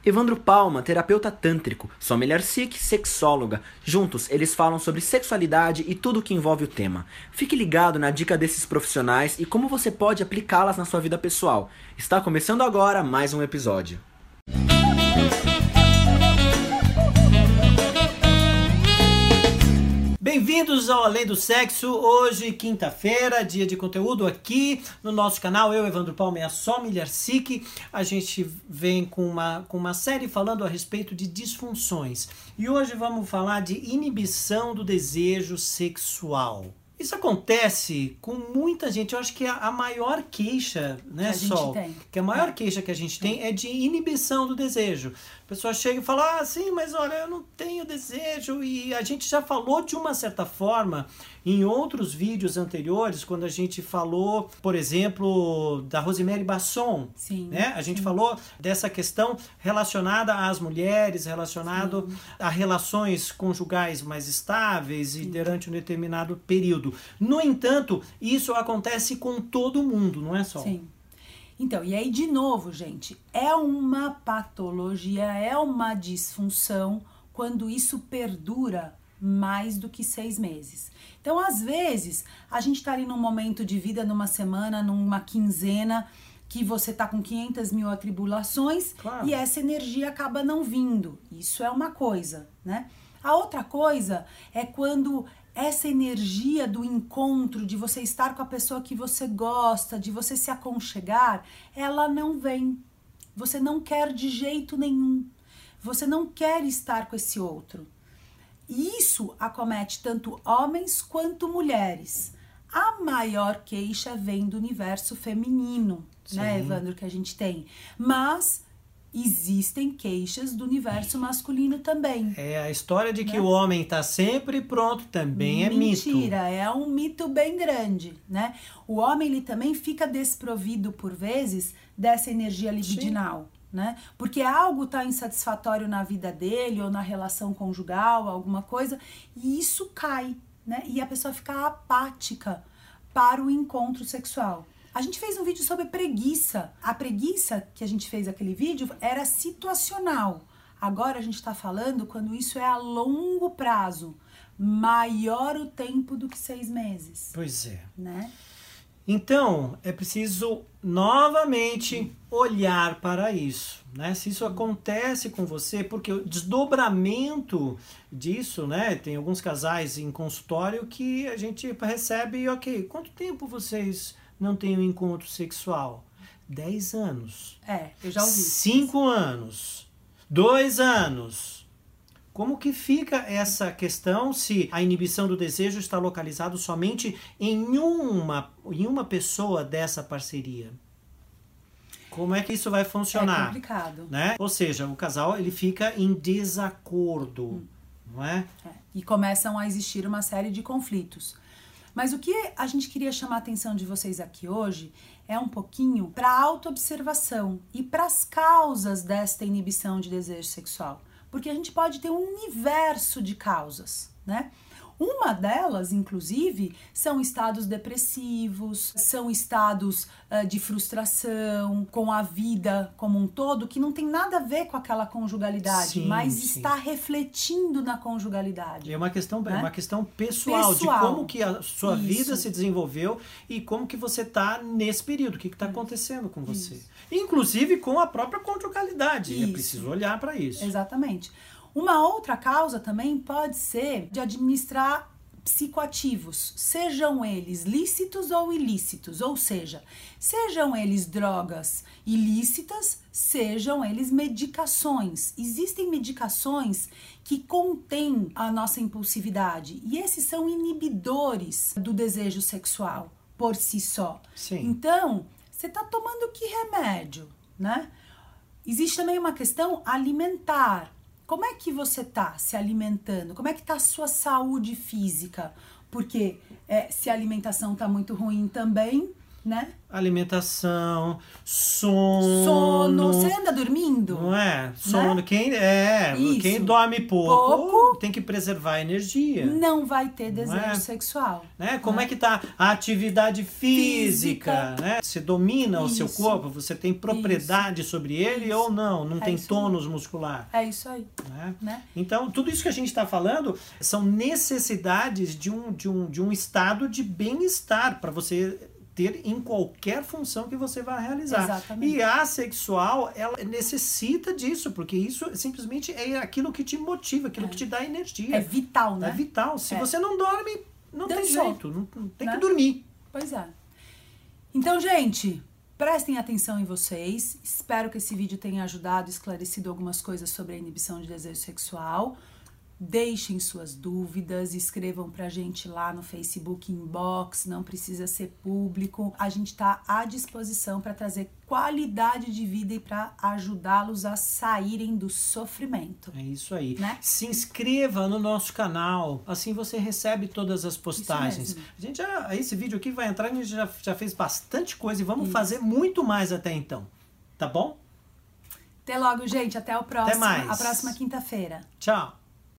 Evandro Palma, terapeuta tântrico, Sommelier Sikh, sexóloga. Juntos, eles falam sobre sexualidade e tudo o que envolve o tema. Fique ligado na dica desses profissionais e como você pode aplicá-las na sua vida pessoal. Está começando agora mais um episódio. Bem-vindos ao Além do Sexo, hoje quinta-feira, dia de conteúdo aqui no nosso canal, eu, Evandro Palma e a Sommelier Sikh. A gente vem com uma série falando a respeito de disfunções e hoje vamos falar de inibição do desejo sexual. Isso acontece com muita gente. Eu acho que a maior queixa, né, Sol? Que a maior queixa que a gente tem é de inibição do desejo. A pessoa chega e fala, sim, mas olha, eu não tenho desejo. E a gente já falou de uma certa forma em outros vídeos anteriores, quando a gente falou, por exemplo, da Rosemary Basson. Sim, né? A gente falou dessa questão relacionada às mulheres, relacionado a relações conjugais mais estáveis e durante um determinado período. No entanto, isso acontece com todo mundo, não é, Sol? Sim. Então, e aí de novo, gente, é uma patologia, é uma disfunção quando isso perdura mais do que 6 meses. Então, às vezes, a gente tá ali num momento de vida, numa semana, numa quinzena, que você tá com 500 mil atribulações, claro, e essa energia acaba não vindo. Isso é uma coisa, né? A outra coisa é quando essa energia do encontro, de você estar com a pessoa que você gosta, de você se aconchegar, ela não vem. Você não quer de jeito nenhum. Você não quer estar com esse outro. E isso acomete tanto homens quanto mulheres. A maior queixa vem do universo feminino, né, Evandro, que a gente tem. Mas existem queixas do universo masculino também. É a história de que o homem está sempre pronto também é mito. Mentira, é um mito bem grande, né? O homem, ele também fica desprovido, por vezes, dessa energia libidinal, né? Porque algo está insatisfatório na vida dele ou na relação conjugal, alguma coisa, e isso cai, né? E a pessoa fica apática para o encontro sexual. A gente fez um vídeo sobre preguiça. A preguiça que a gente fez aquele vídeo era situacional. Agora a gente está falando quando isso é a longo prazo. Maior o tempo do que 6 meses. Pois é. Né? Então, é preciso novamente olhar para isso, né? Se isso acontece com você, porque o desdobramento disso, né? Tem alguns casais em consultório que a gente recebe, ok, quanto tempo vocês não têm um encontro sexual? 10 anos. Eu já ouvi. 5 anos. 2 anos. Como que fica essa questão se a inibição do desejo está localizado somente em uma pessoa dessa parceria? Como é que isso vai funcionar? É complicado. Né? Ou seja, o casal ele fica em desacordo, não é? E começam a existir uma série de conflitos. Mas o que a gente queria chamar a atenção de vocês aqui hoje é um pouquinho para a autoobservação e para as causas desta inibição de desejo sexual. Porque a gente pode ter um universo de causas, né? Uma delas, inclusive, são estados depressivos, são estados de frustração com a vida como um todo, que não tem nada a ver com aquela conjugalidade, mas está refletindo na conjugalidade. É uma questão, né? Uma questão pessoal, de como que a sua vida se desenvolveu e como que você está nesse período, o que está acontecendo com você. Inclusive com a própria conjugalidade, é preciso olhar para isso. Exatamente. Uma outra causa também pode ser de administrar psicoativos, sejam eles lícitos ou ilícitos, ou seja, sejam eles drogas ilícitas, sejam eles medicações. Existem medicações que contêm a nossa impulsividade e esses são inibidores do desejo sexual por si só. Então, você está tomando que remédio, né? Existe também uma questão alimentar. Como é que você está se alimentando? Como é que está a sua saúde física? Porque se a alimentação está muito ruim também, né? alimentação, sono. Sono. Você anda dormindo? Não é? Sono. Né? Quem dorme pouco tem que preservar a energia. Não vai ter desejo é? sexual. Né? Como é que tá a atividade física? Né? Você domina o seu Isso. corpo? Você tem propriedade sobre ele ou não? Não tem tônus muscular? É isso aí. Né? Então, tudo isso que a gente está falando são necessidades de um estado de bem-estar para você ter em qualquer função que você vai realizar. Exatamente. E a sexual, ela necessita disso, porque isso simplesmente é aquilo que te motiva, aquilo que te dá energia. É vital, né? É vital. Se você não dorme, não tem Dançou. jeito. Não tem Né? que dormir. Pois é. Então, gente, prestem atenção em vocês. Espero que esse vídeo tenha ajudado, esclarecido algumas coisas sobre a inibição de desejo sexual. Deixem suas dúvidas, escrevam pra gente lá no Facebook Inbox, não precisa ser público. A gente tá à disposição para trazer qualidade de vida e para ajudá-los a saírem do sofrimento. É isso aí. Né? Se inscreva no nosso canal, assim você recebe todas as postagens. Esse vídeo aqui vai entrar, a gente já fez bastante coisa e vamos fazer muito mais até então. Tá bom? Até logo, gente. Até o próximo. Até mais. A próxima quinta-feira. Tchau.